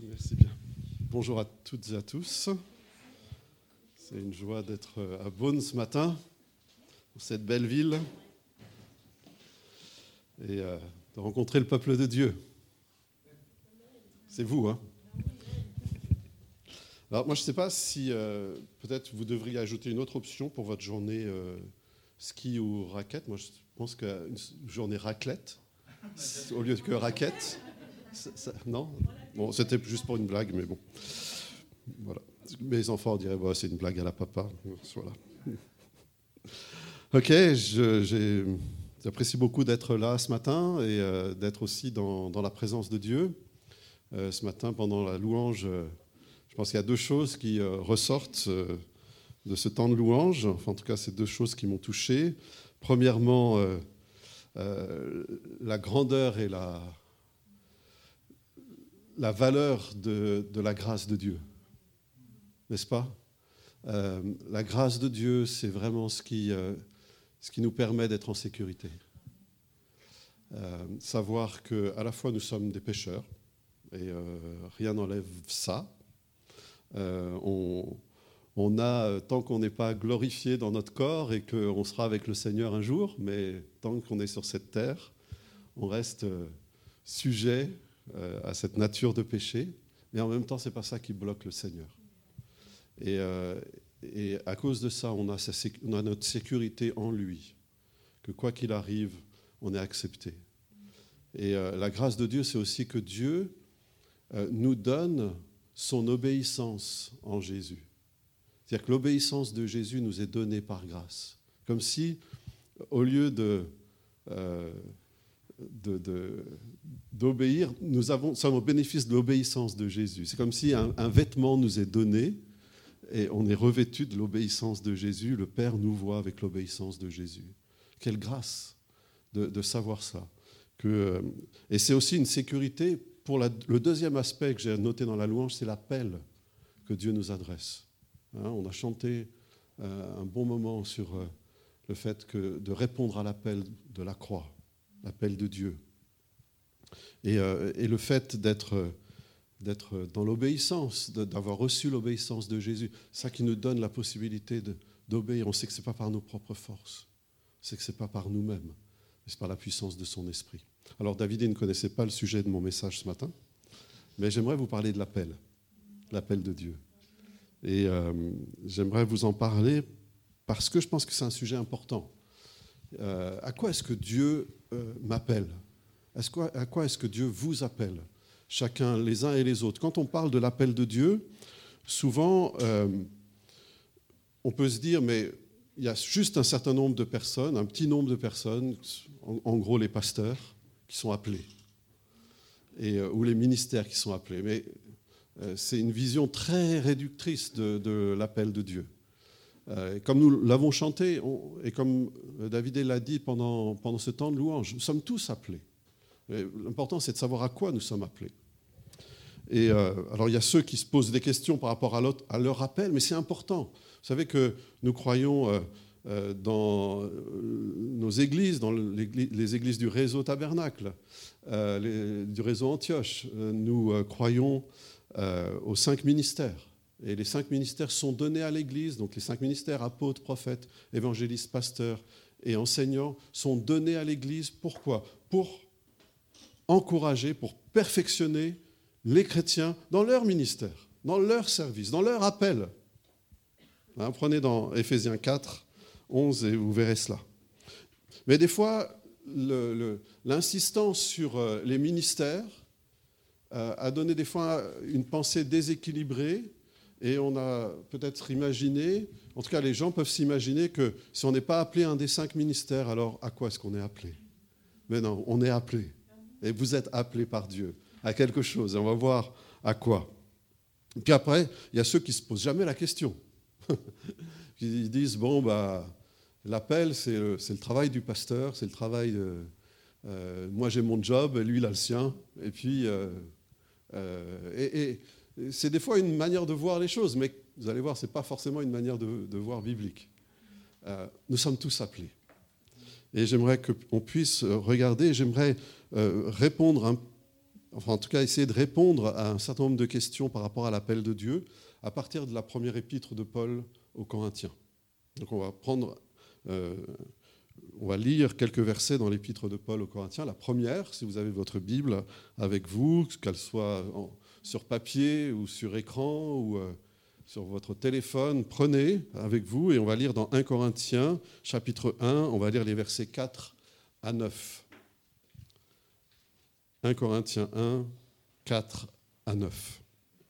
Merci bien. Bonjour à toutes et à tous. C'est une joie d'être à Beaune ce matin, dans cette belle ville, et de rencontrer le peuple de Dieu. C'est vous, hein? Alors moi, je ne sais pas si peut-être vous devriez ajouter une autre option pour votre journée ski ou raquette. Moi, je pense qu'une journée raclette, au lieu que raquette. Non? Bon, c'était juste pour une blague, mais bon. Voilà. Mes enfants diraient, bah, c'est une blague à la papa. Voilà. Ok, j'apprécie beaucoup d'être là ce matin et d'être aussi dans la présence de Dieu. Ce matin, pendant la louange, je pense qu'il y a deux choses qui ressortent de ce temps de louange. Enfin, en tout cas, c'est deux choses qui m'ont touché. Premièrement, la grandeur et la valeur de la grâce de Dieu, n'est-ce pas? La grâce de Dieu, c'est vraiment ce qui nous permet d'être en sécurité. Savoir qu'à la fois nous sommes des pécheurs, et rien n'enlève ça. On a, tant qu'on n'est pas glorifié dans notre corps et qu'on sera avec le Seigneur un jour, mais tant qu'on est sur cette terre, on reste sujet à cette nature de péché, mais en même temps, ce n'est pas ça qui bloque le Seigneur. Et à cause de ça, on a notre sécurité en lui, que quoi qu'il arrive, on est accepté. Et la grâce de Dieu, c'est aussi que Dieu nous donne son obéissance en Jésus. C'est-à-dire que l'obéissance de Jésus nous est donnée par grâce. Comme si, au lieu d'obéir, nous sommes au bénéfice de l'obéissance de Jésus. C'est comme si un vêtement nous est donné et on est revêtu de l'obéissance de Jésus. Le Père nous voit avec l'obéissance de Jésus. Quelle grâce de savoir ça. Et c'est aussi une sécurité pour le deuxième aspect que j'ai noté dans la louange, c'est l'appel que Dieu nous adresse. On a chanté un bon moment sur le fait de répondre à l'appel de la croix, l'appel de Dieu. Et le fait d'être dans l'obéissance, d'avoir reçu l'obéissance de Jésus, ça qui nous donne la possibilité d'obéir. On sait que ce n'est pas par nos propres forces, on sait que ce n'est pas par nous-mêmes, mais c'est par la puissance de son esprit. Alors David ne connaissait pas le sujet de mon message ce matin, mais j'aimerais vous parler de l'appel de Dieu. Et j'aimerais vous en parler parce que je pense que c'est un sujet important. À quoi est-ce que Dieu m'appelle ? À quoi est-ce que Dieu vous appelle ? Chacun, les uns et les autres. Quand on parle de l'appel de Dieu, souvent, on peut se dire, mais il y a juste un certain nombre de personnes, un petit nombre de personnes, en gros les pasteurs, qui sont appelés, ou les ministères qui sont appelés. Mais c'est une vision très réductrice de l'appel de Dieu. Comme nous l'avons chanté, et comme David l'a dit pendant ce temps de louange, nous sommes tous appelés. L'important, c'est de savoir à quoi nous sommes appelés. Et alors, il y a ceux qui se posent des questions par rapport à leur appel, mais c'est important. Vous savez que nous croyons dans nos églises, dans les églises du réseau Tabernacle, du réseau Antioche. Nous croyons aux 5 ministères. Et les 5 ministères sont donnés à l'Église. Donc les 5 ministères, apôtres, prophètes, évangélistes, pasteurs et enseignants, sont donnés à l'Église. Pourquoi ? Pour encourager, pour perfectionner les chrétiens dans leur ministère, dans leur service, dans leur appel. Prenez dans Éphésiens 4, 11 et vous verrez cela. Mais des fois, l'insistance sur les ministères a donné des fois une pensée déséquilibrée et on a peut-être imaginé, en tout cas les gens peuvent s'imaginer que si on n'est pas appelé à un des 5 ministères, alors à quoi est-ce qu'on est appelé ? Mais non, on est appelé. Et vous êtes appelés par Dieu à quelque chose. Et on va voir à quoi. Et puis après, il y a ceux qui ne se posent jamais la question. Ils disent, l'appel, c'est le travail du pasteur, c'est le travail de... moi, j'ai mon job, et lui, il a le sien. Et puis... et c'est des fois une manière de voir les choses, mais vous allez voir, ce n'est pas forcément une manière de voir biblique. Nous sommes tous appelés. Et j'aimerais qu'on puisse regarder, j'aimerais répondre enfin en tout cas essayer de répondre à un certain nombre de questions par rapport à l'appel de Dieu à partir de la première épître de Paul aux Corinthiens. Donc on va lire quelques versets dans l'épître de Paul aux Corinthiens. La première, si vous avez votre Bible avec vous, qu'elle soit sur papier ou sur écran ou sur votre téléphone, prenez avec vous et on va lire dans 1 Corinthiens, chapitre 1, on va lire les versets 4 à 9. 1 Corinthiens 1, 4 à 9.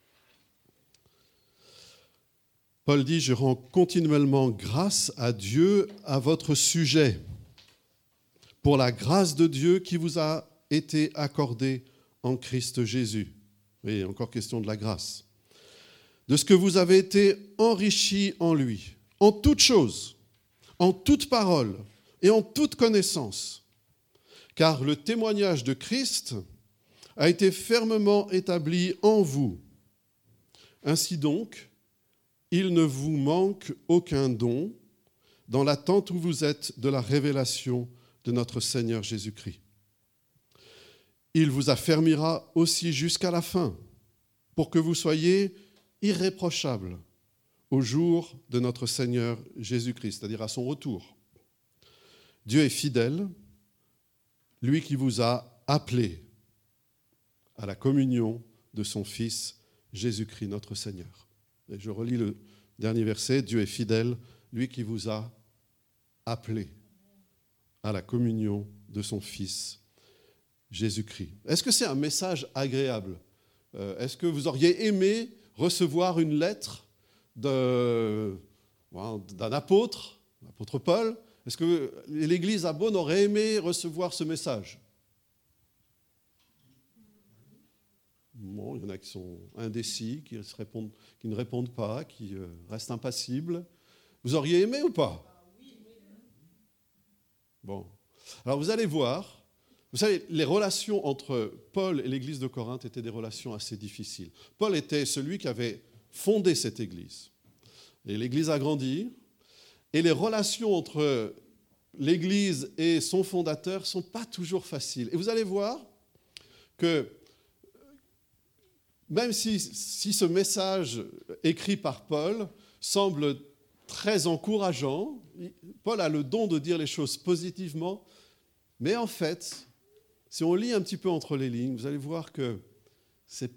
Paul dit « Je rends continuellement grâce à Dieu à votre sujet, pour la grâce de Dieu qui vous a été accordée en Christ Jésus. » Oui, encore question de la grâce. « De ce que vous avez été enrichis en lui, en toutes choses, en toute parole et en toute connaissance. Car le témoignage de Christ a été fermement établi en vous. Ainsi donc, il ne vous manque aucun don dans l'attente où vous êtes de la révélation de notre Seigneur Jésus-Christ. Il vous affermira aussi jusqu'à la fin, pour que vous soyez irréprochables au jour de notre Seigneur Jésus-Christ, c'est-à-dire à son retour. Dieu est fidèle, lui qui vous a appelés à la communion de son Fils Jésus-Christ, notre Seigneur. Et je relis le dernier verset. Dieu est fidèle, lui qui vous a appelés à la communion de son Fils Jésus-Christ. Est-ce que c'est un message agréable ? Est-ce que vous auriez aimé recevoir une lettre d'un apôtre, l'apôtre Paul ? Est-ce que l'Église à Beaune aurait aimé recevoir ce message ? Bon, il y en a qui sont indécis, qui ne répondent pas, qui restent impassibles. Vous auriez aimé ou pas ? Bon. Alors vous allez voir, vous savez, les relations entre Paul et l'église de Corinthe étaient des relations assez difficiles. Paul était celui qui avait fondé cette église. Et l'église a grandi. Et les relations entre l'église et son fondateur ne sont pas toujours faciles. Et vous allez voir que même si ce message écrit par Paul semble très encourageant, Paul a le don de dire les choses positivement, mais en fait, si on lit un petit peu entre les lignes, vous allez voir que c'est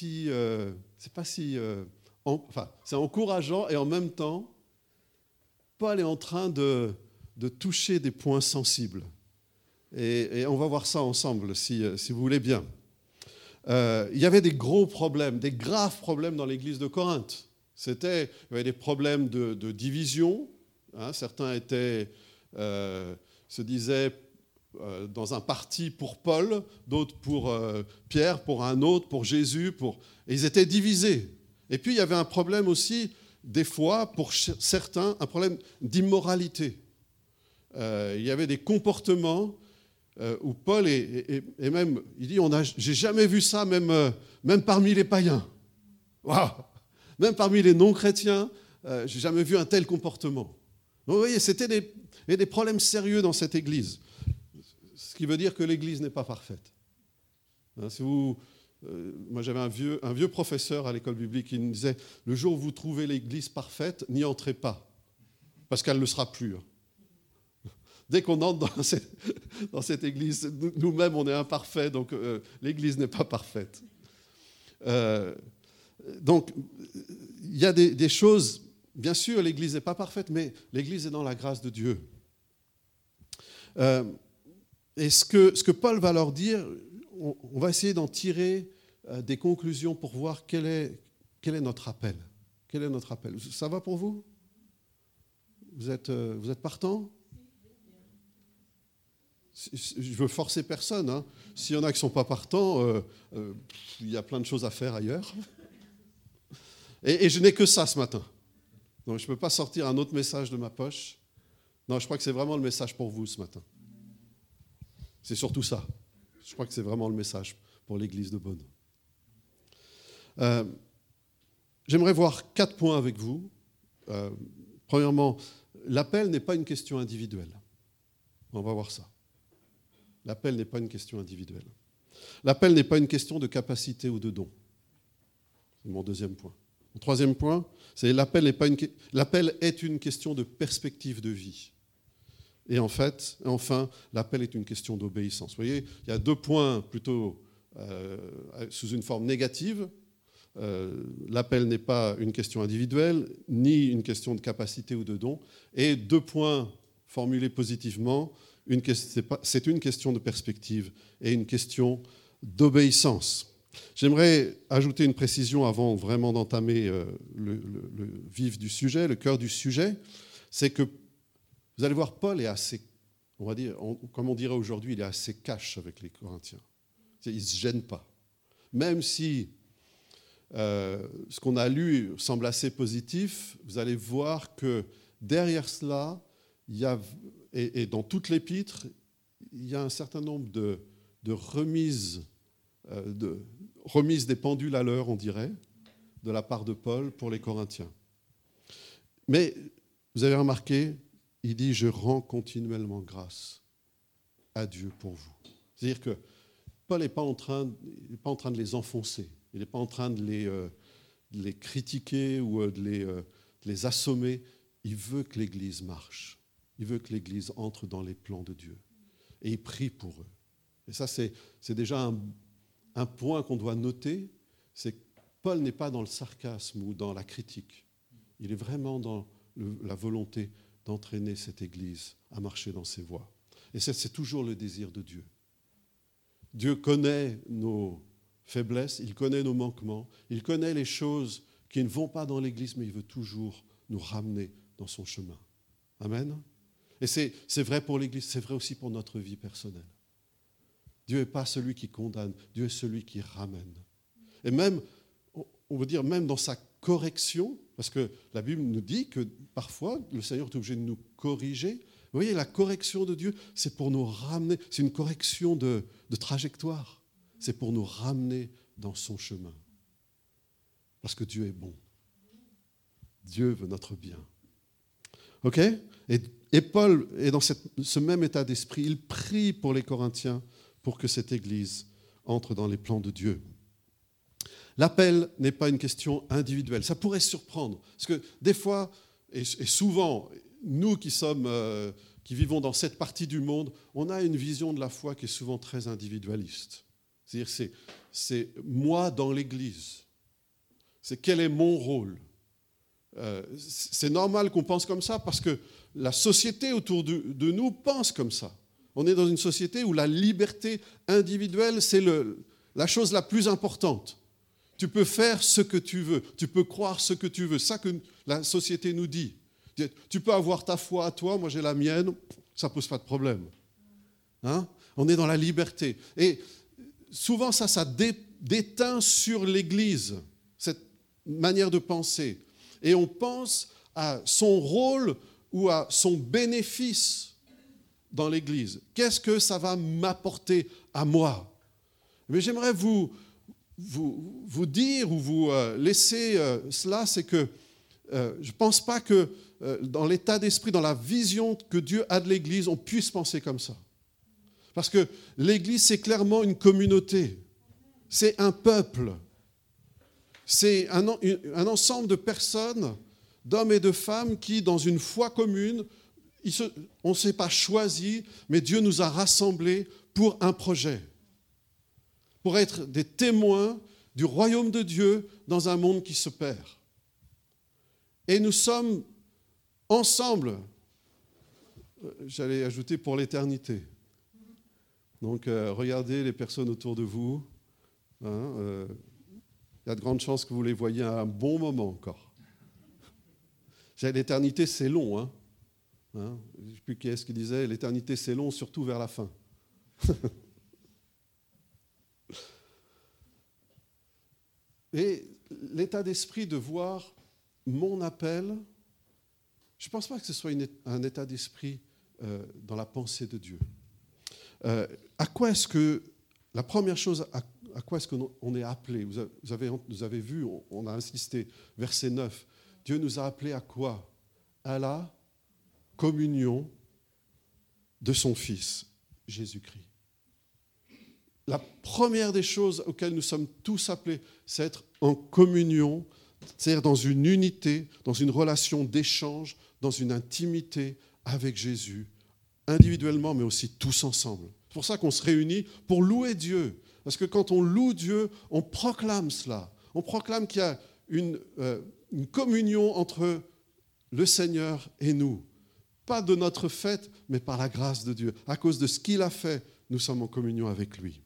encourageant et en même temps, Paul est en train de toucher des points sensibles. Et on va voir ça ensemble, si vous voulez bien. Il y avait des gros problèmes, des graves problèmes dans l'église de Corinthe. Il y avait des problèmes de division. Certains se disaient dans un parti pour Paul, d'autres pour Pierre, pour un autre, pour Jésus. Et ils étaient divisés. Et puis il y avait un problème aussi, des fois, pour certains, un problème d'immoralité. Il y avait des comportements où Paul et même, il dit, j'ai jamais vu ça, même parmi les païens. Waouh! Même parmi les non-chrétiens, j'ai jamais vu un tel comportement. Donc, vous voyez, il y a des problèmes sérieux dans cette église. Ce qui veut dire que l'église n'est pas parfaite. Moi, j'avais un vieux professeur à l'école biblique qui me disait, le jour où vous trouvez l'église parfaite, n'y entrez pas, parce qu'elle ne le sera plus. Dès qu'on entre dans cette église, nous-mêmes, on est imparfaits, donc l'église n'est pas parfaite. Donc, il y a des choses, bien sûr, l'église n'est pas parfaite, mais l'église est dans la grâce de Dieu. Et ce que Paul va leur dire, on va essayer d'en tirer des conclusions pour voir quel est notre appel. Quel est notre appel ? Ça va pour vous ? Vous êtes partants ? Je veux forcer personne. Hein. S'il y en a qui ne sont pas partants, il y a plein de choses à faire ailleurs. Et je n'ai que ça ce matin. Donc je ne peux pas sortir un autre message de ma poche. Non, je crois que c'est vraiment le message pour vous ce matin. C'est surtout ça. Je crois que c'est vraiment le message pour l'église de Beaune. J'aimerais voir 4 points avec vous. Premièrement, l'appel n'est pas une question individuelle. On va voir ça. L'appel n'est pas une question individuelle. L'appel n'est pas une question de capacité ou de don. C'est mon deuxième point. Mon troisième point, c'est l'appel est une question de perspective de vie. Et enfin, l'appel est une question d'obéissance. Vous voyez, il y a 2 points plutôt sous une forme négative. L'appel n'est pas une question individuelle, ni une question de capacité ou de don. Et 2 points formulés positivement, c'est une question de perspective et une question d'obéissance. J'aimerais ajouter une précision avant vraiment d'entamer le vif du sujet, le cœur du sujet. C'est que, vous allez voir, Paul est assez, on va dire, comme on dirait aujourd'hui, il est assez cash avec les Corinthiens. Il ne se gêne pas. Même si ce qu'on a lu semble assez positif, vous allez voir que derrière cela, et dans toute l'épître, il y a un certain nombre de remises des pendules à l'heure, on dirait, de la part de Paul pour les Corinthiens. Mais vous avez remarqué, il dit « Je rends continuellement grâce à Dieu pour vous ». C'est-à-dire que Paul n'est pas en train de les enfoncer, il n'est pas en train de les critiquer ou de les assommer. Il veut que l'Église marche, il veut que l'Église entre dans les plans de Dieu. Et il prie pour eux. Et ça, c'est déjà un point qu'on doit noter, c'est que Paul n'est pas dans le sarcasme ou dans la critique. Il est vraiment dans la volonté d'entraîner cette Église à marcher dans ses voies. Et c'est toujours le désir de Dieu. Dieu connaît nos faiblesses, il connaît nos manquements, il connaît les choses qui ne vont pas dans l'Église, mais il veut toujours nous ramener dans son chemin. Amen. Et c'est vrai pour l'Église, c'est vrai aussi pour notre vie personnelle. Dieu n'est pas celui qui condamne, Dieu est celui qui ramène. Et même, on veut dire, même dans sa correction, parce que la Bible nous dit que parfois, le Seigneur est obligé de nous corriger. Vous voyez, la correction de Dieu, c'est pour nous ramener, c'est une correction de trajectoire. C'est pour nous ramener dans son chemin. Parce que Dieu est bon. Dieu veut notre bien. OK ? Et Paul est dans ce même état d'esprit. Il prie pour les Corinthiens pour que cette Église entre dans les plans de Dieu. L'appel n'est pas une question individuelle. Ça pourrait surprendre. Parce que des fois, et souvent, nous qui vivons dans cette partie du monde, on a une vision de la foi qui est souvent très individualiste. C'est-à-dire, c'est moi dans l'Église. C'est quel est mon rôle. C'est normal qu'on pense comme ça parce que la société autour de nous pense comme ça. On est dans une société où la liberté individuelle, c'est la chose la plus importante. Tu peux faire ce que tu veux, tu peux croire ce que tu veux. C'est ça que la société nous dit. Tu peux avoir ta foi à toi, moi j'ai la mienne, ça ne pose pas de problème. Hein? On est dans la liberté. Et souvent ça déteint sur l'Église, cette manière de penser. Et on pense à son rôle ou à son bénéfice dans l'Église. Qu'est-ce que ça va m'apporter à moi? Mais j'aimerais vous dire ou vous laisser cela, c'est que je ne pense pas que dans l'état d'esprit, dans la vision que Dieu a de l'Église, on puisse penser comme ça. Parce que l'Église, c'est clairement une communauté. C'est un peuple. C'est un ensemble de personnes, d'hommes et de femmes qui, dans une foi commune, on ne s'est pas choisi, mais Dieu nous a rassemblés pour un projet, pour être des témoins du royaume de Dieu dans un monde qui se perd. Et nous sommes ensemble, j'allais ajouter pour l'éternité. Donc regardez les personnes autour de vous. Il y a de grandes chances que vous les voyez à un bon moment encore. L'éternité, c'est long. Je ne sais plus qui est-ce qui disait, l'éternité, c'est long, surtout vers la fin. Et l'état d'esprit de voir mon appel, je ne pense pas que ce soit un état d'esprit dans la pensée de Dieu. À quoi est-ce que, la première chose, à quoi est-ce qu'on est appelé? Vous avez vu, on a insisté, verset 9. Dieu nous a appelés à quoi? À la communion de son Fils, Jésus-Christ. la première des choses auxquelles nous sommes tous appelés, c'est être en communion, c'est-à-dire dans une unité, dans une relation d'échange, dans une intimité avec Jésus, individuellement, mais aussi tous ensemble. C'est pour ça qu'on se réunit pour louer Dieu. Parce que quand on loue Dieu, on proclame cela. On proclame qu'il y a une communion entre le Seigneur et nous. Pas de notre fait, mais par la grâce de Dieu. À cause de ce qu'il a fait, nous sommes en communion avec lui.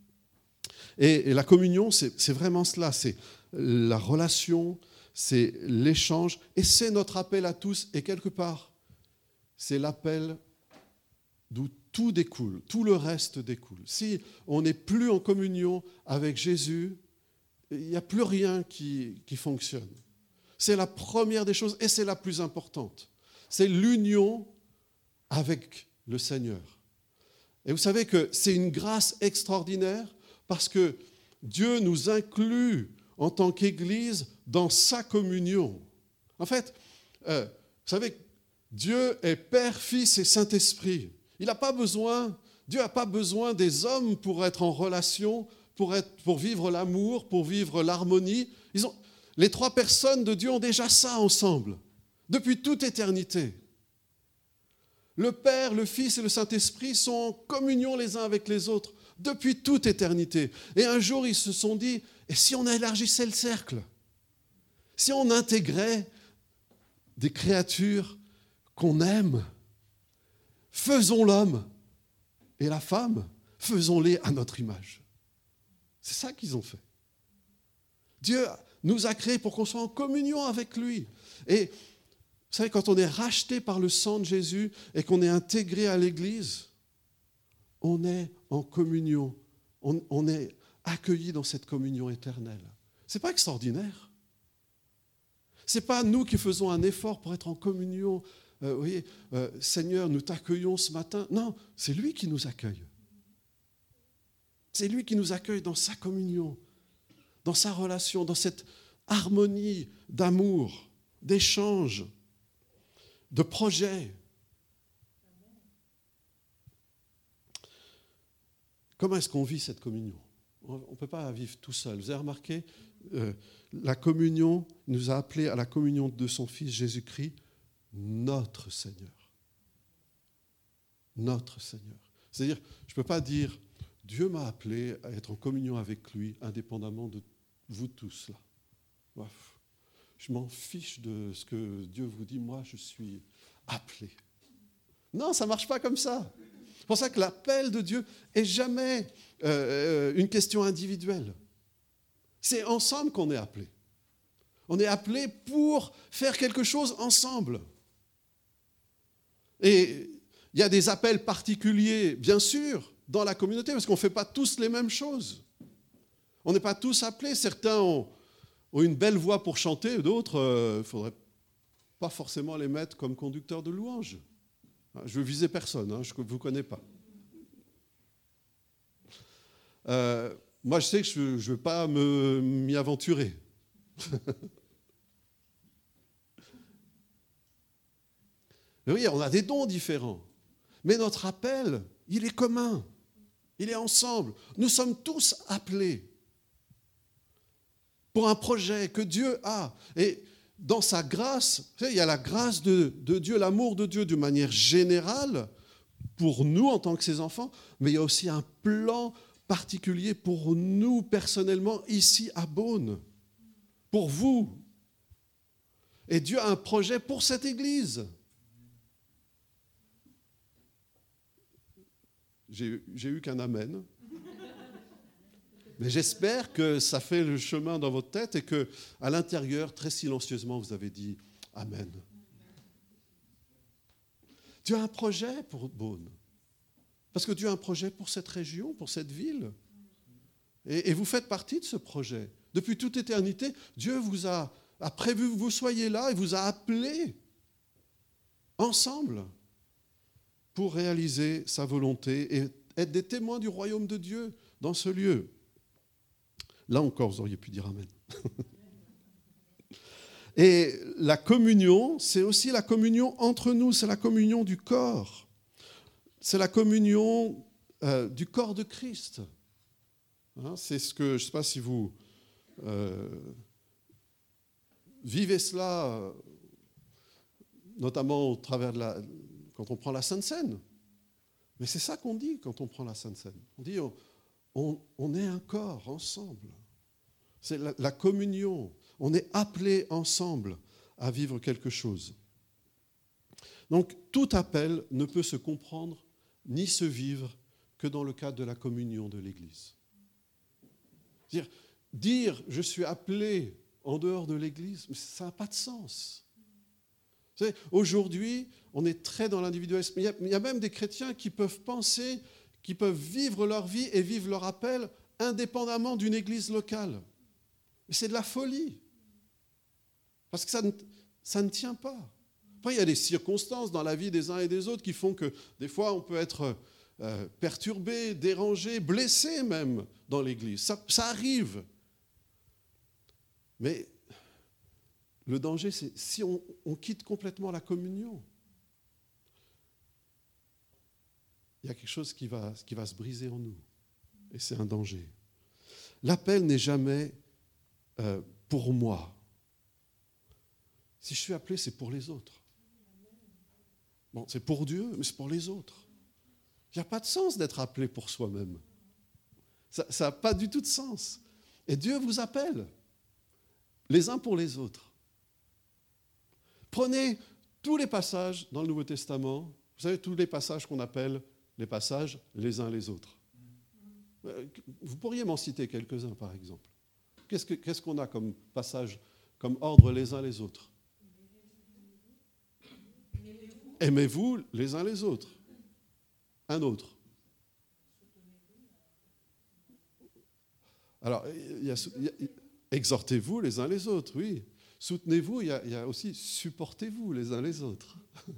Et la communion, c'est vraiment cela. C'est la relation, c'est l'échange, et c'est notre appel à tous. Et quelque part, c'est l'appel d'où tout découle, tout le reste découle. Si on n'est plus en communion avec Jésus, il n'y a plus rien qui fonctionne. C'est la première des choses et c'est la plus importante. C'est l'union avec le Seigneur. Et vous savez que c'est une grâce extraordinaire parce que Dieu nous inclut en tant qu'Église dans sa communion. En fait, vous savez, Dieu est Père, Fils et Saint-Esprit. Dieu n'a pas besoin des hommes pour être en relation, pour vivre l'amour, pour vivre l'harmonie. Les trois personnes de Dieu ont déjà ça ensemble, depuis toute éternité. Le Père, le Fils et le Saint-Esprit sont en communion les uns avec les autres depuis toute éternité. Et un jour, ils se sont dit, et si on élargissait le cercle? Si on intégrait des créatures qu'on aime? Faisons l'homme et la femme, faisons-les à notre image. C'est ça qu'ils ont fait. Dieu nous a créés pour qu'on soit en communion avec lui. Et vous savez, quand on est racheté par le sang de Jésus et qu'on est intégré à l'Église, on est en communion. On est accueilli dans cette communion éternelle. Ce n'est pas extraordinaire. Ce n'est pas nous qui faisons un effort pour être en communion. Vous voyez, Seigneur, nous t'accueillons ce matin. Non, c'est lui qui nous accueille. C'est lui qui nous accueille dans sa communion, dans sa relation, dans cette harmonie d'amour, d'échange, de projet. Comment est-ce qu'on vit cette communion? On ne peut pas vivre tout seul. Vous avez remarqué, la communion nous a appelés à la communion de son Fils Jésus-Christ, notre Seigneur. Notre Seigneur. C'est-à-dire, je ne peux pas dire, Dieu m'a appelé à être en communion avec lui, indépendamment de vous tous là. Je m'en fiche de ce que Dieu vous dit, moi je suis appelé. Non, ça ne marche pas comme ça. C'est pour ça que l'appel de Dieu n'est jamais une question individuelle. C'est ensemble qu'on est appelé. On est appelé pour faire quelque chose ensemble. Et il y a des appels particuliers, bien sûr, dans la communauté, parce qu'on ne fait pas tous les mêmes choses. On n'est pas tous appelés. Certains ont une belle voix pour chanter, d'autres, il ne faudrait pas forcément les mettre comme conducteurs de louanges. Je ne veux viser personne, je ne vous connais pas. Moi, je sais que je ne veux pas m'y aventurer. Oui, on a des dons différents. Mais notre appel, il est commun. Il est ensemble. Nous sommes tous appelés pour un projet que Dieu a. Et dans sa grâce, vous savez, il y a la grâce de Dieu, l'amour de Dieu d'une manière générale pour nous en tant que ses enfants, mais il y a aussi un plan particulier pour nous personnellement ici à Beaune, pour vous. Et Dieu a un projet pour cette Église. J'ai eu qu'un amen. Mais j'espère que ça fait le chemin dans votre tête et qu'à l'intérieur, très silencieusement, vous avez dit amen. Dieu a un projet pour Beaune. Parce que Dieu a un projet pour cette région, pour cette ville. Et vous faites partie de ce projet. Depuis toute éternité, Dieu vous a prévu que vous soyez là et vous a appelés ensemble pour réaliser sa volonté et être des témoins du royaume de Dieu dans ce lieu. Là encore, vous auriez pu dire amen. Et la communion, c'est aussi la communion entre nous, c'est la communion du corps. C'est la communion du corps de Christ. Hein, c'est ce que, je ne sais pas si vous vivez cela, notamment au travers quand on prend la Sainte Seine. Mais c'est ça qu'on dit quand on prend la Sainte Seine. On dit on est un corps ensemble. C'est la communion. On est appelés ensemble à vivre quelque chose. Donc tout appel ne peut se comprendre ni se vivre que dans le cadre de la communion de l'Église. Dire je suis appelé en dehors de l'Église, ça n'a pas de sens. Vous savez, aujourd'hui, on est très dans l'individualisme. Il y a même des chrétiens qui peuvent penser, qui peuvent vivre leur vie et vivre leur appel indépendamment d'une église locale. Mais c'est de la folie. Parce que ça ne tient pas. Après, il y a des circonstances dans la vie des uns et des autres qui font que des fois, on peut être perturbé, dérangé, blessé même dans l'église. Ça arrive. Mais le danger, c'est si on quitte complètement la communion. Il y a quelque chose qui va se briser en nous. Et c'est un danger. L'appel n'est jamais pour moi. Si je suis appelé, c'est pour les autres. Bon, c'est pour Dieu, mais c'est pour les autres. Il n'y a pas de sens d'être appelé pour soi-même. Ça n'a pas du tout de sens. Et Dieu vous appelle, les uns pour les autres. Prenez tous les passages dans le Nouveau Testament, vous savez, tous les passages qu'on appelle les passages les uns les autres. Vous pourriez m'en citer quelques-uns, par exemple. Qu'est-ce qu'on a comme passage, comme ordre les uns les autres ? Aimez-vous les uns les autres. Un autre. Alors, exhortez-vous les uns les autres, oui. Soutenez-vous, il y a aussi supportez-vous les uns les autres.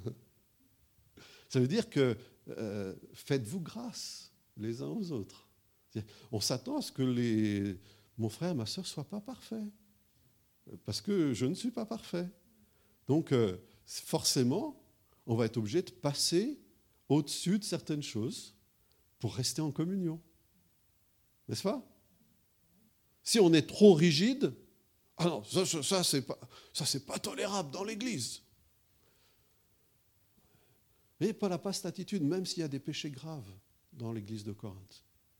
Ça veut dire que faites-vous grâce les uns aux autres. On s'attend à ce que mon frère, ma sœur ne soient pas parfaits. Parce que je ne suis pas parfait. Donc, forcément, on va être obligé de passer au-dessus de certaines choses pour rester en communion. N'est-ce pas ? Si on est trop rigide, ah non, ça c'est pas tolérable dans l'Église. Mais Paul n'a pas cette attitude, même s'il y a des péchés graves dans l'Église de Corinthe.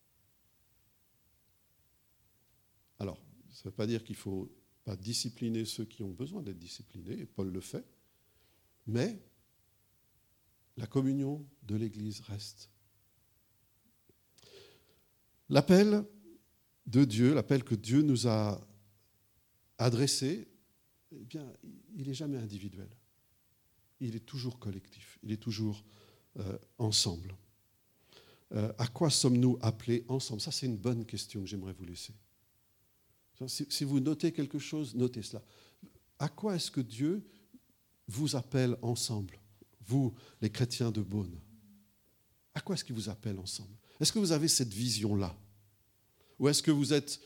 Alors, ça ne veut pas dire qu'il ne faut pas discipliner ceux qui ont besoin d'être disciplinés, et Paul le fait, mais la communion de l'Église reste. L'appel de Dieu, l'appel que Dieu nous a adressé, eh bien, il n'est jamais individuel. Il est toujours collectif, il est toujours ensemble. À quoi sommes-nous appelés ensemble ? Ça, c'est une bonne question que j'aimerais vous laisser. Si vous notez quelque chose, notez cela. À quoi est-ce que Dieu vous appelle ensemble, vous, les chrétiens de Beaune ? À quoi est-ce qu'il vous appelle ensemble ? Est-ce que vous avez cette vision-là ? Ou est-ce que vous êtes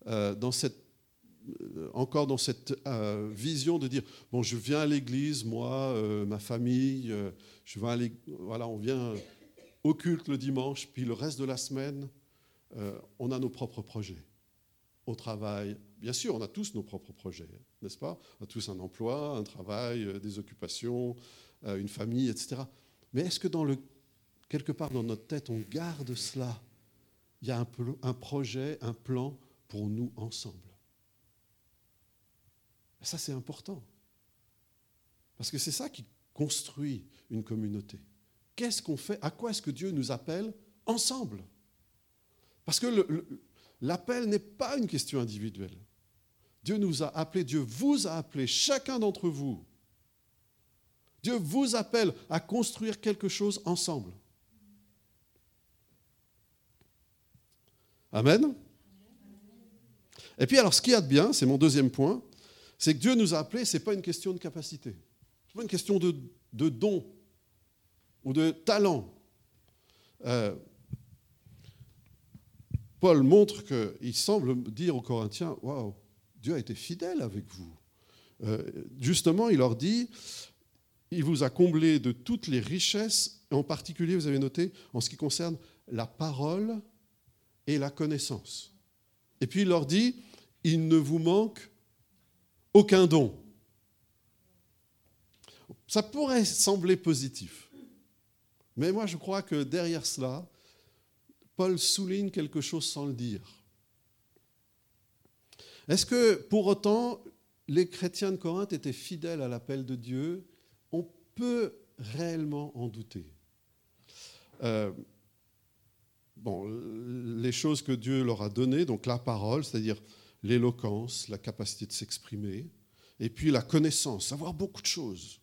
encore dans cette vision de dire « Bon, je viens à l'église, moi, ma famille, je vais à l'église, voilà, on vient au culte le dimanche, puis le reste de la semaine, on a nos propres projets. Au travail, bien sûr, on a tous nos propres projets, n'est-ce pas ? On a tous un emploi, un travail, des occupations, une famille, etc. Mais est-ce que quelque part dans notre tête, on garde cela ? Il y a un projet, un plan pour nous ensemble. Et ça, c'est important. Parce que c'est ça qui construit une communauté. Qu'est-ce qu'on fait ? À quoi est-ce que Dieu nous appelle ensemble ? Parce que l'appel n'est pas une question individuelle. Dieu nous a appelés, Dieu vous a appelés, chacun d'entre vous. Dieu vous appelle à construire quelque chose ensemble. Amen. Et puis alors, ce qu'il y a de bien, c'est mon deuxième point, c'est que Dieu nous a appelés, ce n'est pas une question de capacité. Ce n'est pas une question de don ou de talent. Paul montre qu'il semble dire aux Corinthiens, « Waouh, Dieu a été fidèle avec vous. » Justement, il leur dit, il vous a comblé de toutes les richesses, en particulier, vous avez noté, en ce qui concerne la parole et la connaissance. Et puis il leur dit, il ne vous manque aucun don. Ça pourrait sembler positif. Mais moi, je crois que derrière cela, Paul souligne quelque chose sans le dire. Est-ce que, pour autant, les chrétiens de Corinthe étaient fidèles à l'appel de Dieu? On peut réellement en douter. Les choses que Dieu leur a données, donc la parole, c'est-à-dire l'éloquence, la capacité de s'exprimer, et puis la connaissance, savoir beaucoup de choses.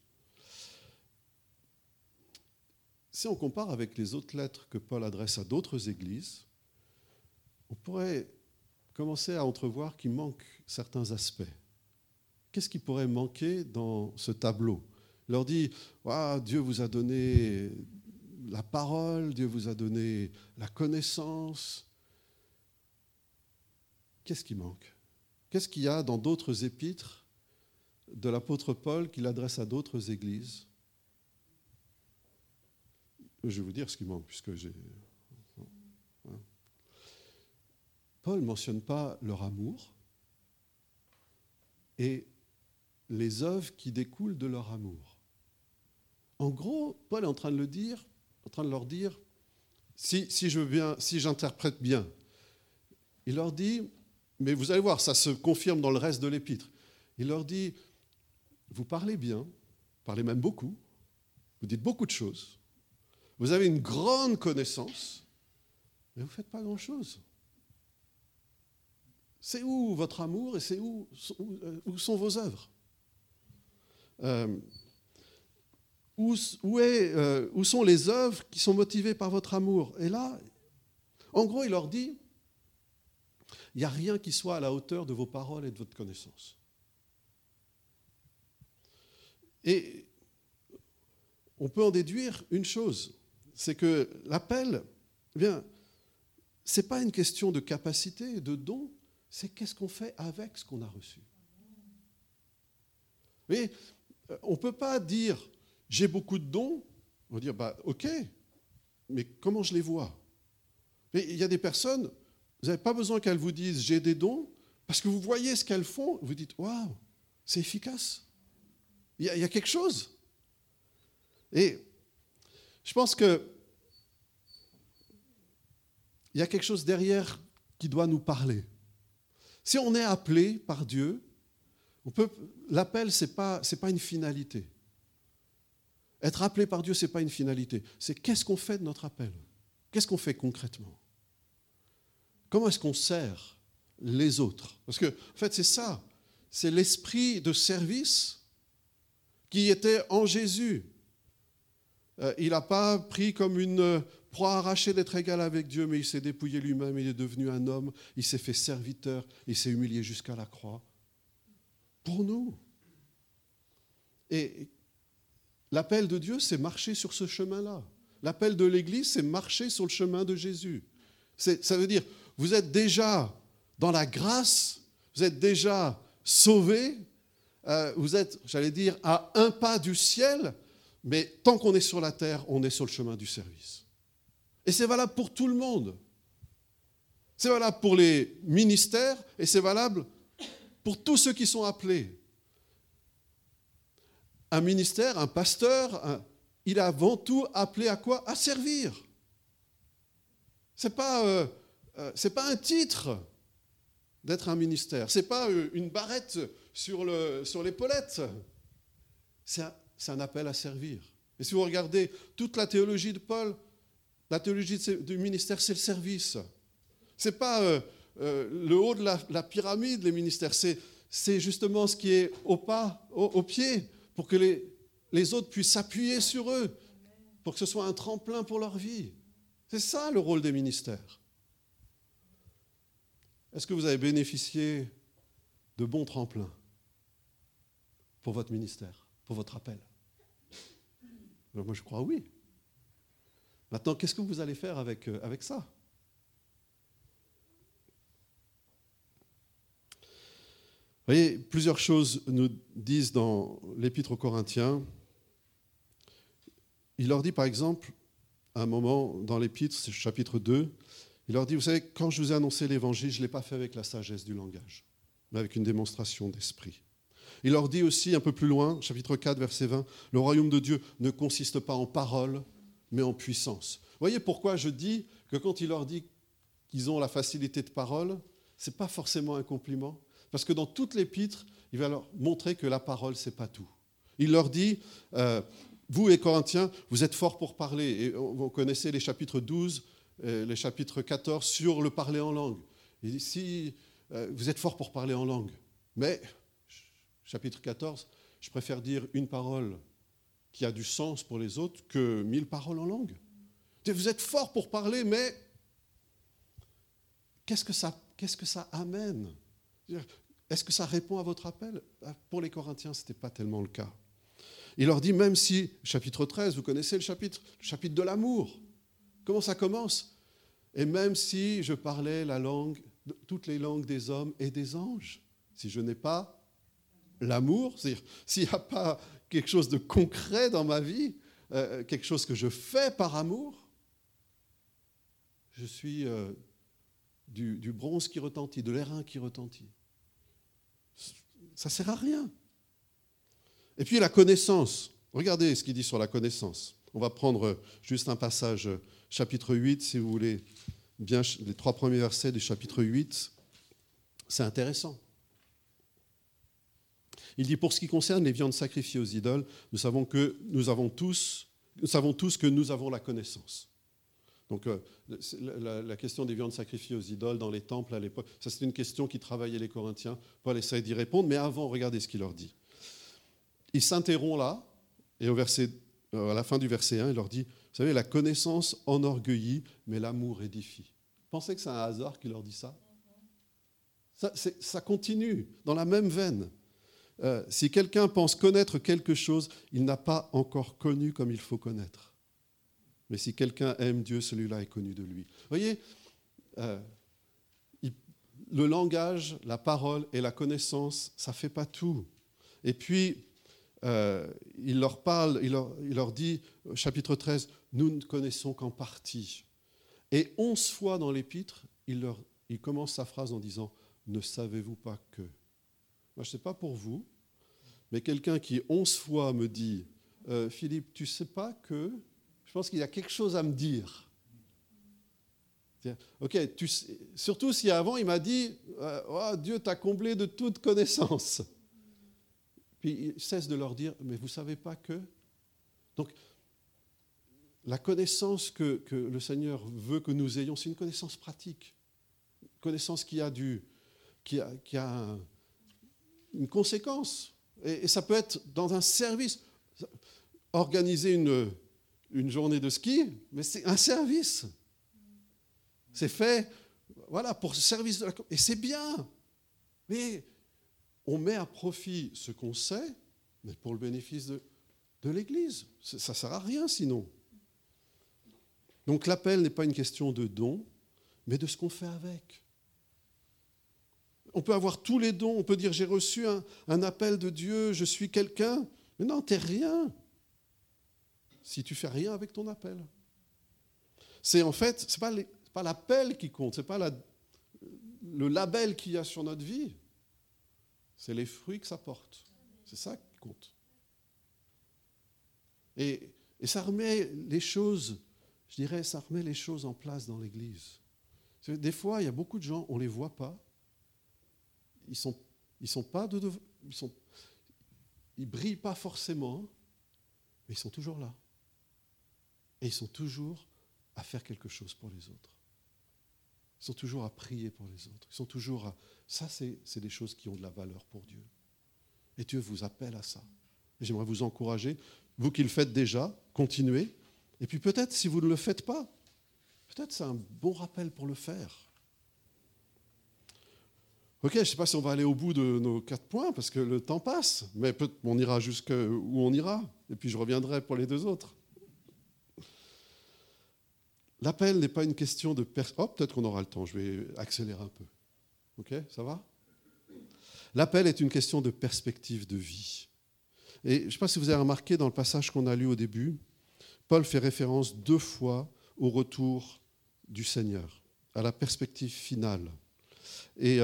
Si on compare avec les autres lettres que Paul adresse à d'autres églises, on pourrait commencer à entrevoir qu'il manque certains aspects. Qu'est-ce qui pourrait manquer dans ce tableau? Il leur dit, Dieu vous a donné la parole, Dieu vous a donné la connaissance. Qu'est-ce qui manque? Qu'est-ce qu'il y a dans d'autres épîtres de l'apôtre Paul qu'il adresse à d'autres églises? Je vais vous dire ce qui manque, puisque j'ai... Paul ne mentionne pas leur amour et les œuvres qui découlent de leur amour. En gros, Paul est en train de leur dire, si j'interprète bien, il leur dit, mais vous allez voir, ça se confirme dans le reste de l'épître, il leur dit, vous parlez bien, parlez même beaucoup, vous dites beaucoup de choses, vous avez une grande connaissance, mais vous ne faites pas grand-chose. C'est où votre amour et c'est où sont vos œuvres? Où sont les œuvres qui sont motivées par votre amour? Et là, en gros, il leur dit, il n'y a rien qui soit à la hauteur de vos paroles et de votre connaissance. Et on peut en déduire une chose, c'est que l'appel, ce n'est pas une question de capacité, de don, c'est qu'est-ce qu'on fait avec ce qu'on a reçu. Mais on ne peut pas dire j'ai beaucoup de dons, on va dire ok, mais comment je les vois? Mais il y a des personnes, vous n'avez pas besoin qu'elles vous disent j'ai des dons, parce que vous voyez ce qu'elles font, vous dites waouh, c'est efficace. Il y a quelque chose. Et je pense que il y a quelque chose derrière qui doit nous parler. Si on est appelé par Dieu, l'appel, ce n'est pas une finalité. Être appelé par Dieu, ce n'est pas une finalité. C'est qu'est-ce qu'on fait de notre appel? Qu'est-ce qu'on fait concrètement? Comment est-ce qu'on sert les autres? Parce que, en fait, c'est ça. C'est l'esprit de service qui était en Jésus. Il n'a pas pris comme une proie arrachée d'être égal avec Dieu, mais il s'est dépouillé lui-même, il est devenu un homme, il s'est fait serviteur, il s'est humilié jusqu'à la croix. Pour nous. Et l'appel de Dieu, c'est marcher sur ce chemin-là. L'appel de l'Église, c'est marcher sur le chemin de Jésus. Ça veut dire, vous êtes déjà dans la grâce, vous êtes déjà sauvés, vous êtes, j'allais dire, à un pas du ciel, mais tant qu'on est sur la terre, on est sur le chemin du service. Et c'est valable pour tout le monde. C'est valable pour les ministères et c'est valable pour tous ceux qui sont appelés. Un ministère, un pasteur, il est avant tout appelé à quoi? À servir. C'est pas un titre d'être un ministère. C'est pas une barrette sur l'épaulette. C'est un appel à servir. Et si vous regardez toute la théologie de Paul, la théologie du ministère, c'est le service. C'est pas le haut de la pyramide, les ministères. C'est justement ce qui est au pied, pour que les autres puissent s'appuyer sur eux, pour que ce soit un tremplin pour leur vie. C'est ça le rôle des ministères. Est-ce que vous avez bénéficié de bons tremplins pour votre ministère, pour votre appel? Alors moi, je crois oui. Maintenant, qu'est-ce que vous allez faire avec ça? Vous voyez, plusieurs choses nous disent dans l'Épître aux Corinthiens. Il leur dit, par exemple, à un moment dans l'Épître, c'est chapitre 2, Il leur dit, vous savez, quand je vous ai annoncé l'évangile, je ne l'ai pas fait avec la sagesse du langage, mais avec une démonstration d'esprit. Il leur dit aussi un peu plus loin, chapitre 4, verset 20, le royaume de Dieu ne consiste pas en parole, mais en puissance. Vous voyez pourquoi je dis que quand il leur dit qu'ils ont la facilité de parole, ce n'est pas forcément un compliment. Parce que dans toute l'épître, il va leur montrer que la parole, ce n'est pas tout. Il leur dit, vous les Corinthiens, vous êtes forts pour parler. Et vous connaissez les chapitres 12, les chapitres 14 sur le parler en langue. Il dit, si vous êtes forts pour parler en langue, mais, chapitre 14, je préfère dire une parole qui a du sens pour les autres que 1000 paroles en langue. Vous êtes forts pour parler, mais qu'est-ce que ça amène ? Est-ce que ça répond à votre appel ? Pour les Corinthiens, ce n'était pas tellement le cas. Il leur dit, même si, chapitre 13, vous connaissez le chapitre de l'amour. Comment ça commence ? Et même si je parlais la langue, toutes les langues des hommes et des anges, si je n'ai pas l'amour, c'est-à-dire s'il n'y a pas quelque chose de concret dans ma vie, quelque chose que je fais par amour, je suis du bronze qui retentit, de l'airain qui retentit. Ça ne sert à rien. Et puis la connaissance. Regardez ce qu'il dit sur la connaissance. On va prendre juste un passage, chapitre 8, si vous voulez, bien les 3 premiers versets du chapitre 8. C'est intéressant. Il dit, pour ce qui concerne les viandes sacrifiées aux idoles, nous savons tous que nous avons la connaissance. Donc la question des viandes sacrifiées aux idoles dans les temples à l'époque, ça c'est une question qui travaillait les Corinthiens. Paul essaie d'y répondre, mais avant, regardez ce qu'il leur dit. Il s'interrompt là, et à la fin du verset 1, il leur dit, vous savez, la connaissance enorgueillit, mais l'amour édifie. Vous pensez que c'est un hasard qu'il leur dit ça ? Ça continue, dans la même veine. Si quelqu'un pense connaître quelque chose, il n'a pas encore connu comme il faut connaître. Mais si quelqu'un aime Dieu, celui-là est connu de lui. Vous voyez, le langage, la parole et la connaissance, ça ne fait pas tout. Et puis, il leur parle, il leur dit, chapitre 13, nous ne connaissons qu'en partie. Et 11 fois dans l'épître, il commence sa phrase en disant, ne savez-vous pas que... Moi, je ne sais pas pour vous, mais quelqu'un qui 11 fois me dit, Philippe, tu ne sais pas que... Je pense qu'il y a quelque chose à me dire. Ok, surtout si avant il m'a dit, oh, Dieu t'a comblé de toute connaissance. Puis il cesse de leur dire, mais vous ne savez pas que... Donc, la connaissance que le Seigneur veut que nous ayons, c'est une connaissance pratique. Une connaissance qui a une conséquence. Et ça peut être dans un service. Organiser une journée de ski, mais c'est un service. C'est fait, voilà, pour le service de la... Et c'est bien. Mais on met à profit ce qu'on sait, mais pour le bénéfice de l'Église. Ça ne sert à rien sinon. Donc l'appel n'est pas une question de don, mais de ce qu'on fait avec. On peut avoir tous les dons, on peut dire j'ai reçu un appel de Dieu, je suis quelqu'un, mais non, tu n'es rien. Si tu ne fais rien avec ton appel. C'est en fait, ce n'est pas l'appel qui compte, ce n'est pas le label qu'il y a sur notre vie, c'est les fruits que ça porte. C'est ça qui compte. Et ça remet les choses, je dirais, ça remet les choses en place dans l'Église. Des fois, il y a beaucoup de gens, on ne les voit pas, ils brillent pas forcément, mais ils sont toujours là. Et ils sont toujours à faire quelque chose pour les autres. Ils sont toujours à prier pour les autres. Ils sont toujours à... Ça, c'est des choses qui ont de la valeur pour Dieu. Et Dieu vous appelle à ça. Et j'aimerais vous encourager, vous qui le faites déjà, continuez. Et puis peut-être, si vous ne le faites pas, peut-être c'est un bon rappel pour le faire. Ok, je ne sais pas si on va aller au bout de nos 4 points, parce que le temps passe, mais on ira jusqu'où on ira, et puis je reviendrai pour les 2 autres. L'appel n'est pas une question de... peut-être qu'on aura le temps, je vais accélérer un peu. Ok, ça va ? L'appel est une question de perspective de vie. Et je ne sais pas si vous avez remarqué dans le passage qu'on a lu au début, Paul fait référence 2 fois au retour du Seigneur. à la perspective finale. Et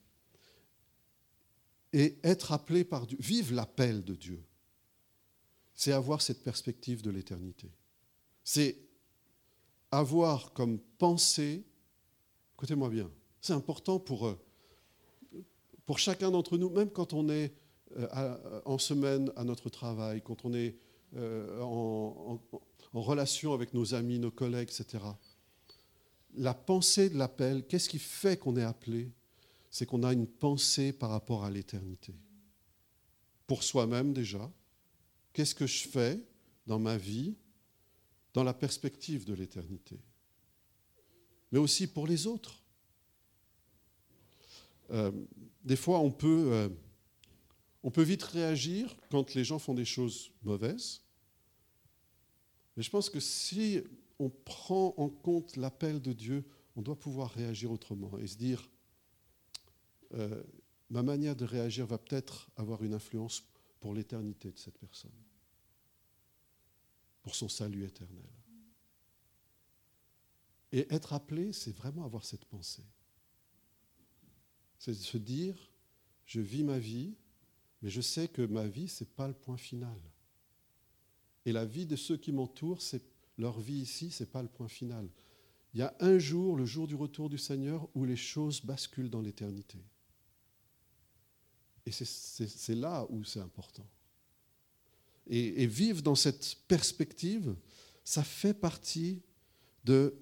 être appelé par Dieu, vivre l'appel de Dieu, c'est avoir cette perspective de l'éternité. C'est avoir comme pensée, écoutez-moi bien, c'est important pour chacun d'entre nous, même quand on est en semaine à notre travail, quand on est en relation avec nos amis, nos collègues, etc. La pensée de l'appel, qu'est-ce qui fait qu'on est appelé? C'est qu'on a une pensée par rapport à l'éternité. Pour soi-même déjà, qu'est-ce que je fais dans ma vie dans la perspective de l'éternité? Mais aussi pour les autres. Des fois, on peut vite réagir quand les gens font des choses mauvaises. Mais je pense que si on prend en compte l'appel de Dieu, on doit pouvoir réagir autrement et se dire ma manière de réagir va peut-être avoir une influence pour l'éternité de cette personne, pour son salut éternel. Et être appelé, c'est vraiment avoir cette pensée. C'est de se dire, je vis ma vie, mais je sais que ma vie, ce n'est pas le point final. Et la vie de ceux qui m'entourent, leur vie ici, ce n'est pas le point final. Il y a un jour, le jour du retour du Seigneur, où les choses basculent dans l'éternité. Et c'est là où c'est important. Et vivre dans cette perspective, ça fait partie de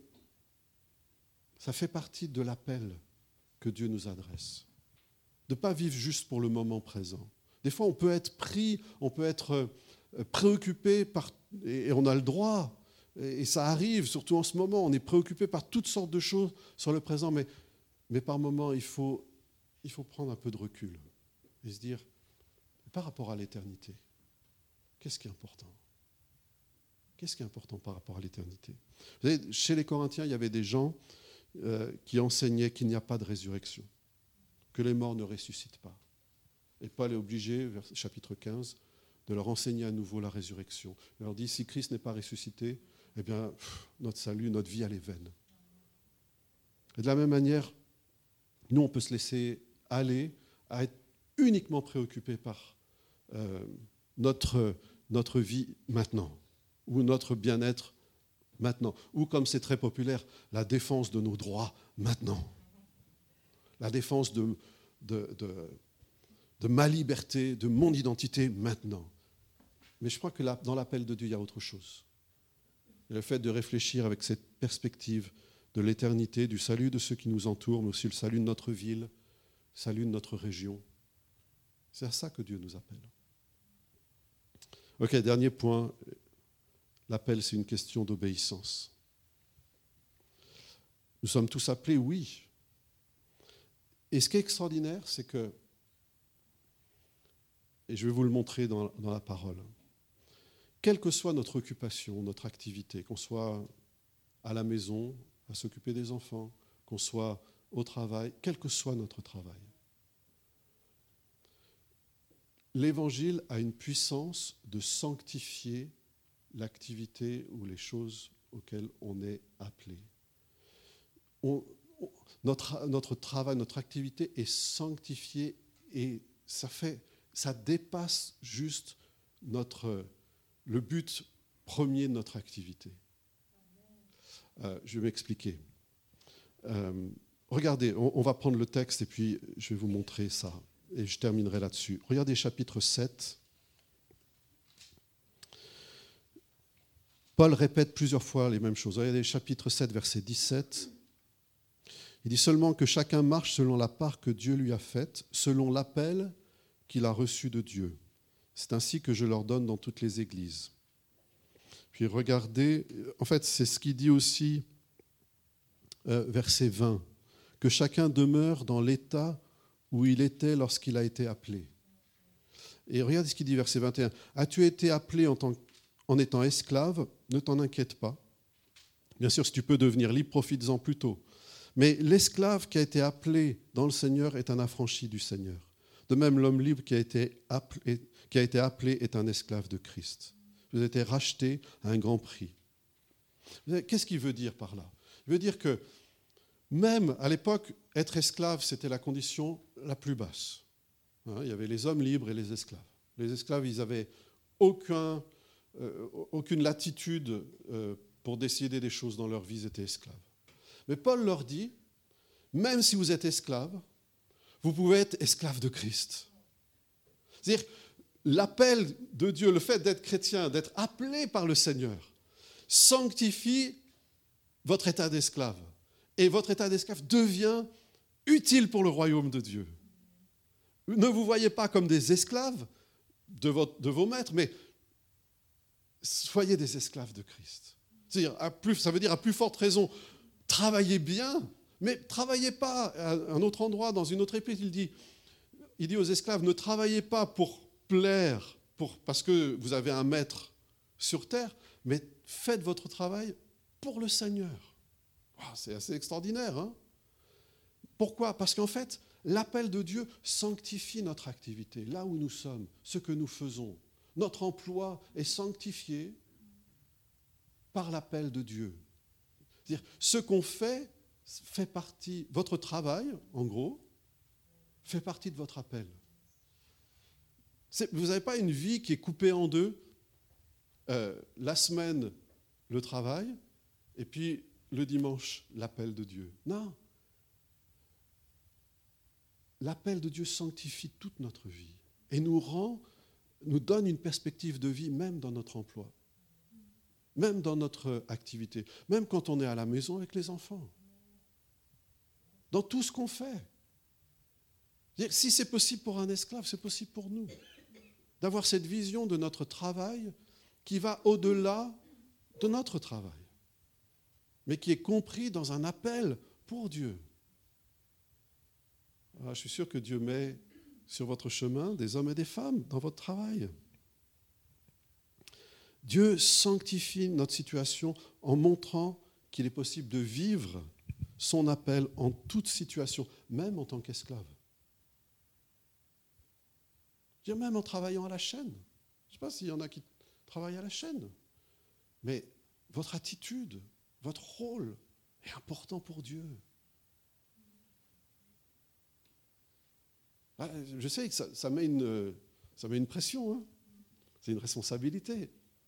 l'appel que Dieu nous adresse. De ne pas vivre juste pour le moment présent. Des fois, on peut être pris, on peut être préoccupé et on a le droit, et ça arrive, surtout en ce moment, on est préoccupé par toutes sortes de choses sur le présent, mais par moments, il faut prendre un peu de recul et se dire, par rapport à l'éternité, qu'est-ce qui est important? Qu'est-ce qui est important par rapport à l'éternité? Vous savez, chez les Corinthiens, il y avait des gens qui enseignaient qu'il n'y a pas de résurrection, que les morts ne ressuscitent pas. Et Paul est obligé, chapitre 15, de leur enseigner à nouveau la résurrection. Il leur dit, si Christ n'est pas ressuscité, eh bien, notre salut, notre vie, elle est vaine. Et de la même manière, nous, on peut se laisser aller à être uniquement préoccupé par notre vie maintenant, ou notre bien-être maintenant, ou comme c'est très populaire, la défense de nos droits maintenant, la défense de ma liberté, de mon identité maintenant. Mais je crois que dans l'appel de Dieu, il y a autre chose. Et le fait de réfléchir avec cette perspective de l'éternité, du salut de ceux qui nous entourent, mais aussi le salut de notre ville, le salut de notre région, c'est à ça que Dieu nous appelle. Ok, dernier point. L'appel, c'est une question d'obéissance. Nous sommes tous appelés, oui. Et ce qui est extraordinaire, c'est que, et je vais vous le montrer dans la parole, quelle que soit notre occupation, notre activité, qu'on soit à la maison, à s'occuper des enfants, qu'on soit au travail, quel que soit notre travail, l'Évangile a une puissance de sanctifier l'activité ou les choses auxquelles on est appelé. Notre travail, notre activité est sanctifiée et ça dépasse juste le but premier de notre activité. Je vais m'expliquer. Regardez, on va prendre le texte et puis je vais vous montrer ça. Et je terminerai là-dessus. Regardez chapitre 7. Paul répète plusieurs fois les mêmes choses. Regardez chapitre 7, verset 17. Il dit seulement que chacun marche selon la part que Dieu lui a faite, selon l'appel qu'il a reçu de Dieu. C'est ainsi que je l'ordonne dans toutes les églises. Puis regardez, en fait, c'est ce qu'il dit aussi, verset 20, que chacun demeure dans l'état où il était lorsqu'il a été appelé. Et regardez ce qu'il dit, verset 21. As-tu été appelé en étant esclave? Ne t'en inquiète pas. Bien sûr, si tu peux devenir libre, profites-en plutôt. Mais l'esclave qui a été appelé dans le Seigneur est un affranchi du Seigneur. De même, l'homme libre qui a été appelé est un esclave de Christ. Vous avez été racheté à un grand prix. Qu'est-ce qu'il veut dire par là? Il veut dire que Même à l'époque, être esclave, c'était la condition la plus basse. Il y avait les hommes libres et les esclaves. Les esclaves, ils n'avaient aucune latitude pour décider des choses dans leur vie, ils étaient esclaves. Mais Paul leur dit, même si vous êtes esclave, vous pouvez être esclave de Christ. C'est-à-dire, l'appel de Dieu, le fait d'être chrétien, d'être appelé par le Seigneur, sanctifie votre état d'esclave. Et votre état d'esclave devient utile pour le royaume de Dieu. Ne vous voyez pas comme des esclaves de vos maîtres, mais soyez des esclaves de Christ. C'est-à-dire, ça veut dire à plus forte raison, travaillez bien, mais ne travaillez pas à un autre endroit, dans une autre épître. Il dit aux esclaves, ne travaillez pas pour plaire, parce que vous avez un maître sur terre, mais faites votre travail pour le Seigneur. Wow, c'est assez extraordinaire, hein? Pourquoi ? Parce qu'en fait, l'appel de Dieu sanctifie notre activité, là où nous sommes, ce que nous faisons. Notre emploi est sanctifié par l'appel de Dieu. C'est-à-dire, ce qu'on fait partie, votre travail, en gros, fait partie de votre appel. Vous n'avez pas une vie qui est coupée en deux. La semaine, le travail, et puis le dimanche, l'appel de Dieu. Non. L'appel de Dieu sanctifie toute notre vie et nous donne une perspective de vie même dans notre emploi, même dans notre activité, même quand on est à la maison avec les enfants, dans tout ce qu'on fait. Si c'est possible pour un esclave, c'est possible pour nous, d'avoir cette vision de notre travail qui va au-delà de notre travail, mais qui est compris dans un appel pour Dieu. Alors, je suis sûr que Dieu met sur votre chemin des hommes et des femmes dans votre travail. Dieu sanctifie notre situation en montrant qu'il est possible de vivre son appel en toute situation, même en tant qu'esclave. Même en travaillant à la chaîne. Je ne sais pas s'il y en a qui travaillent à la chaîne, mais votre attitude, votre rôle est important pour Dieu. Je sais que ça met une pression, hein. C'est une responsabilité.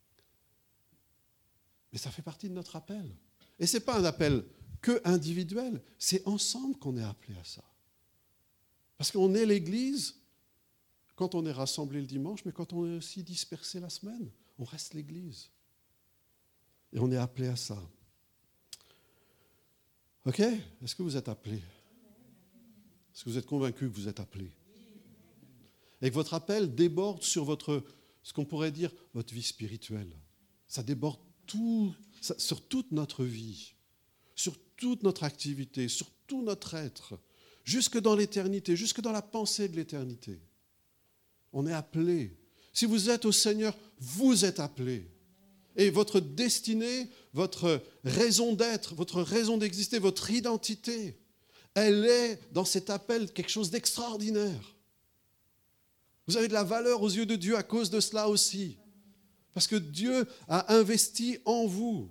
Mais ça fait partie de notre appel. Et ce n'est pas un appel que individuel, c'est ensemble qu'on est appelé à ça. Parce qu'on est l'Église quand on est rassemblé le dimanche, mais quand on est aussi dispersé la semaine, on reste l'Église. Et on est appelé à ça. OK ? Est-ce que vous êtes appelés ? Est-ce que vous êtes convaincus que vous êtes appelés ? Et que votre appel déborde sur ce qu'on pourrait dire, votre vie spirituelle. Ça déborde sur toute notre vie, sur toute notre activité, sur tout notre être, jusque dans l'éternité, jusque dans la pensée de l'éternité. On est appelé. Si vous êtes au Seigneur, vous êtes appelé. Et votre destinée, votre raison d'être, votre raison d'exister, votre identité, elle est dans cet appel quelque chose d'extraordinaire. Vous avez de la valeur aux yeux de Dieu à cause de cela aussi. Parce que Dieu a investi en vous.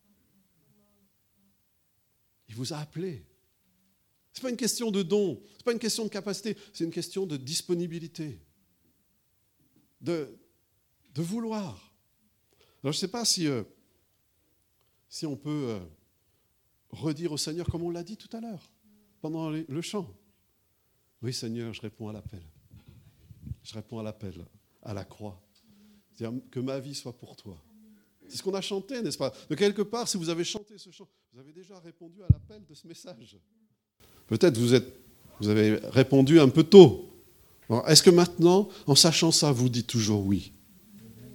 Il vous a appelé. Ce n'est pas une question de don, ce n'est pas une question de capacité, c'est une question de disponibilité, de vouloir. Alors je ne sais pas si on peut redire au Seigneur comme on l'a dit tout à l'heure, pendant le chant. Oui Seigneur, je réponds à l'appel. Je réponds à l'appel, à la croix. C'est-à-dire que ma vie soit pour toi. C'est ce qu'on a chanté, n'est-ce pas ? De quelque part, si vous avez chanté ce chant, vous avez déjà répondu à l'appel de ce message. Peut-être vous avez répondu un peu tôt. Alors, est-ce que maintenant, en sachant ça, vous dites toujours oui ? OK ?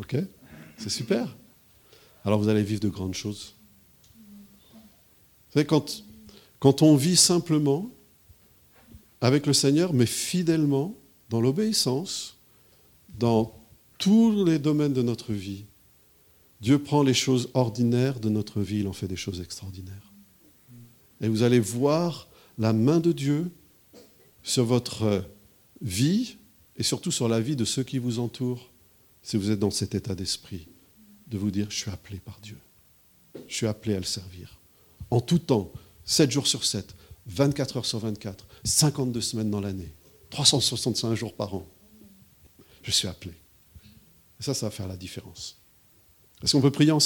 C'est super. Alors vous allez vivre de grandes choses. Vous savez, quand on vit simplement avec le Seigneur, mais fidèlement, dans l'obéissance, dans tous les domaines de notre vie, Dieu prend les choses ordinaires de notre vie, il en fait des choses extraordinaires. Et vous allez voir la main de Dieu sur votre vie et surtout sur la vie de ceux qui vous entourent, si vous êtes dans cet état d'esprit, de vous dire « je suis appelé par Dieu, je suis appelé à le servir ». En tout temps, 7 jours sur 7, 24 heures sur 24, 52 semaines dans l'année, 365 jours par an. Je suis appelé. Et ça va faire la différence. Est-ce qu'on peut prier ensemble ?